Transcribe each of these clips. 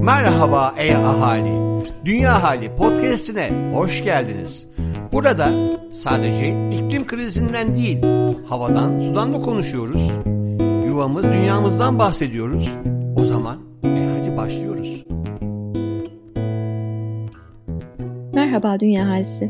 Merhaba ey ahali, Dünya Hali Podcast'ine hoş geldiniz. Burada sadece iklim krizinden değil, havadan, sudan da konuşuyoruz. Yuvamız, dünyamızdan bahsediyoruz. O zaman hadi başlıyoruz. Merhaba Dünya Halisi.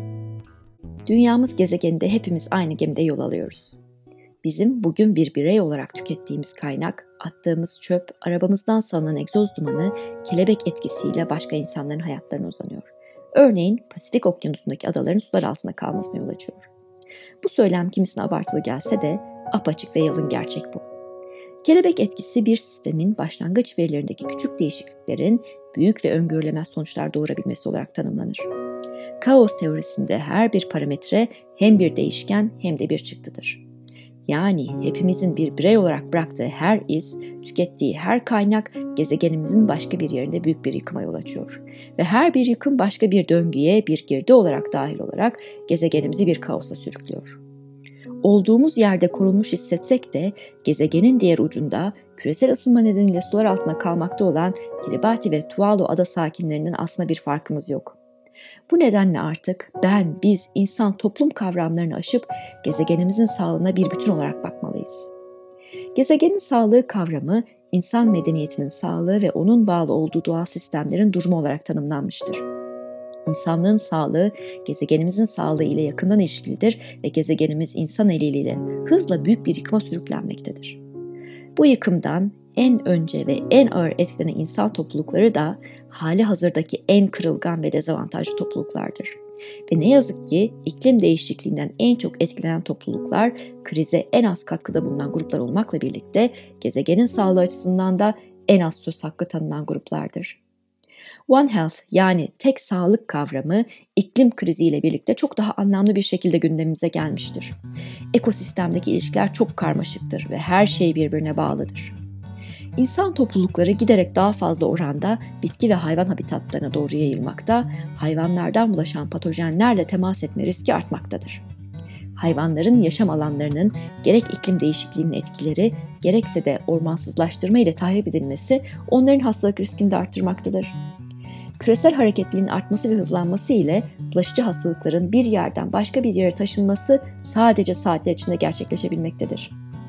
Dünyamız gezegeninde hepimiz aynı gemide yol alıyoruz. Bizim bugün bir birey olarak tükettiğimiz kaynak, attığımız çöp, arabamızdan salınan egzoz dumanı, kelebek etkisiyle başka insanların hayatlarına uzanıyor. Örneğin Pasifik Okyanusu'ndaki adaların sular altında kalmasına yol açıyor. Bu söylem kimisine abartılı gelse de apaçık ve yalın gerçek bu. Kelebek etkisi bir sistemin başlangıç verilerindeki küçük değişikliklerin büyük ve öngörülemez sonuçlar doğurabilmesi olarak tanımlanır. Kaos teorisinde her bir parametre hem bir değişken hem de bir çıktıdır. Yani hepimizin bir birey olarak bıraktığı her iz, tükettiği her kaynak gezegenimizin başka bir yerinde büyük bir yıkıma yol açıyor. Ve her bir yıkım başka bir döngüye, bir girdi olarak dahil olarak gezegenimizi bir kaosa sürüklüyor. Olduğumuz yerde korunmuş hissetsek de gezegenin diğer ucunda küresel ısınma nedeniyle sular altında kalmakta olan Kiribati ve Tuvalu ada sakinlerinin aslında bir farkımız yok. Bu nedenle artık biz, insan, toplum kavramlarını aşıp gezegenimizin sağlığına bir bütün olarak bakmalıyız. Gezegenin sağlığı kavramı, insan medeniyetinin sağlığı ve onun bağlı olduğu doğal sistemlerin durumu olarak tanımlanmıştır. İnsanlığın sağlığı, gezegenimizin sağlığı ile yakından ilişkilidir ve gezegenimiz insan eliyle hızla büyük bir yıkıma sürüklenmektedir. Bu yıkımdan en önce ve en ağır etkilenen insan toplulukları da hali hazırdaki en kırılgan ve dezavantajlı topluluklardır. Ve ne yazık ki iklim değişikliğinden en çok etkilenen topluluklar krize en az katkıda bulunan gruplar olmakla birlikte gezegenin sağlığı açısından da en az söz hakkı tanınan gruplardır. One Health yani tek sağlık kavramı iklim kriziyle birlikte çok daha anlamlı bir şekilde gündemimize gelmiştir. Ekosistemdeki ilişkiler çok karmaşıktır ve her şey birbirine bağlıdır. İnsan toplulukları giderek daha fazla oranda bitki ve hayvan habitatlarına doğru yayılmakta, hayvanlardan bulaşan patojenlerle temas etme riski artmaktadır. Hayvanların yaşam alanlarının gerek iklim değişikliğinin etkileri, gerekse de ormansızlaştırma ile tahrip edilmesi onların hastalık riskini de arttırmaktadır. Küresel hareketliliğin artması ve hızlanması ile bulaşıcı hastalıkların bir yerden başka bir yere taşınması sadece saatler içinde gerçekleşebilmektedir.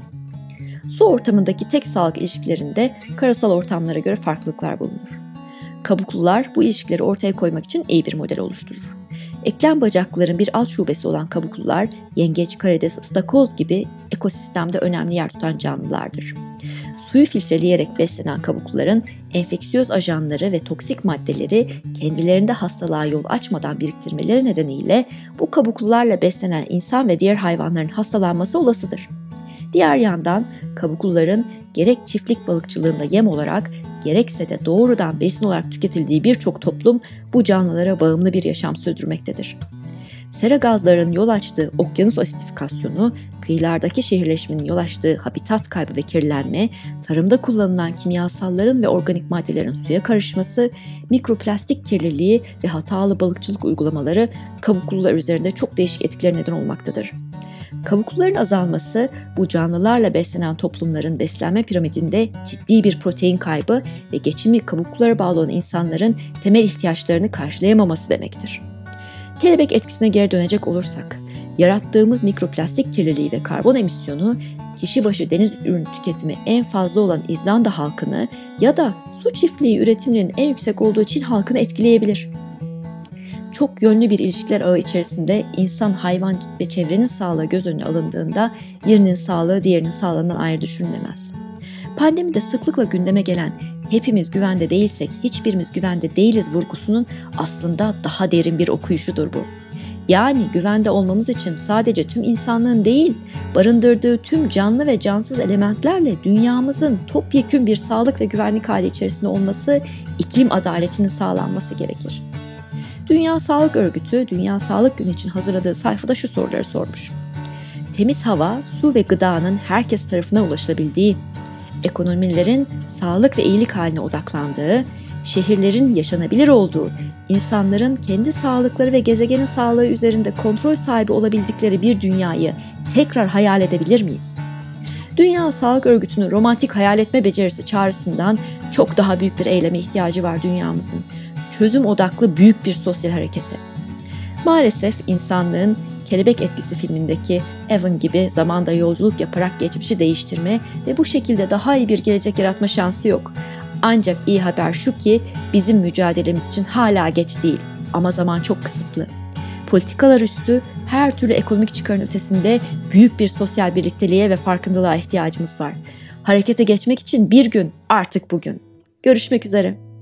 Su ortamındaki tek sağlık ilişkilerinde karasal ortamlara göre farklılıklar bulunur. Kabuklular bu ilişkileri ortaya koymak için iyi bir model oluşturur. Eklem bacaklıların bir alt şubesi olan kabuklular, yengeç, karides, ıstakoz gibi ekosistemde önemli yer tutan canlılardır. Suyu filtreleyerek beslenen kabukluların enfeksiyöz ajanları ve toksik maddeleri kendilerinde hastalığa yol açmadan biriktirmeleri nedeniyle bu kabuklularla beslenen insan ve diğer hayvanların hastalanması olasıdır. Diğer yandan kabukluların gerek çiftlik balıkçılığında yem olarak gerekse de doğrudan besin olarak tüketildiği birçok toplum bu canlılara bağımlı bir yaşam sürdürmektedir. Sera gazlarının yol açtığı okyanus asifikasyonu, kıyılardaki şehirleşmenin yol açtığı habitat kaybı ve kirlenme, tarımda kullanılan kimyasalların ve organik maddelerin suya karışması, mikroplastik kirliliği ve hatalı balıkçılık uygulamaları kabuklular üzerinde çok değişik etkiler neden olmaktadır. Kabukluların azalması, bu canlılarla beslenen toplumların beslenme piramidinde ciddi bir protein kaybı ve geçimi kabuklulara bağlı olan insanların temel ihtiyaçlarını karşılayamaması demektir. Kelebek etkisine geri dönecek olursak, yarattığımız mikroplastik kirliliği ve karbon emisyonu, kişi başı deniz ürünü tüketimi en fazla olan İzlanda halkını ya da su çiftliği üretiminin en yüksek olduğu Çin halkını etkileyebilir. Çok yönlü bir ilişkiler ağı içerisinde insan, hayvan ve çevrenin sağlığı göz önüne alındığında birinin sağlığı diğerinin sağlığından ayrı düşünülemez. Pandemide sıklıkla gündeme gelen hepimiz güvende değilsek hiçbirimiz güvende değiliz vurgusunun aslında daha derin bir okuyuşudur bu. Yani güvende olmamız için sadece tüm insanlığın değil, barındırdığı tüm canlı ve cansız elementlerle dünyamızın topyekün bir sağlık ve güvenlik hali içerisinde olması, iklim adaletinin sağlanması gerekir. Dünya Sağlık Örgütü, Dünya Sağlık Günü için hazırladığı sayfada şu soruları sormuş. Temiz hava, su ve gıdanın herkes tarafından ulaşılabildiği, ekonomilerin sağlık ve iyilik haline odaklandığı, şehirlerin yaşanabilir olduğu, insanların kendi sağlıkları ve gezegenin sağlığı üzerinde kontrol sahibi olabildikleri bir dünyayı tekrar hayal edebilir miyiz? Dünya Sağlık Örgütü'nün romantik hayal etme becerisi çağrısından Çok daha büyük bir eyleme ihtiyacı var dünyamızın. Çözüm odaklı büyük bir sosyal harekete. Maalesef insanlığın Kelebek Etkisi filmindeki Evan gibi zamanda yolculuk yaparak geçmişi değiştirme ve bu şekilde daha iyi bir gelecek yaratma şansı yok. Ancak iyi haber şu ki bizim mücadelemiz için hala geç değil ama zaman çok kısıtlı. Politikalar üstü her türlü ekonomik çıkarın ötesinde büyük bir sosyal birlikteliğe ve farkındalığa ihtiyacımız var. Harekete geçmek için bir gün, artık bugün. Görüşmek üzere.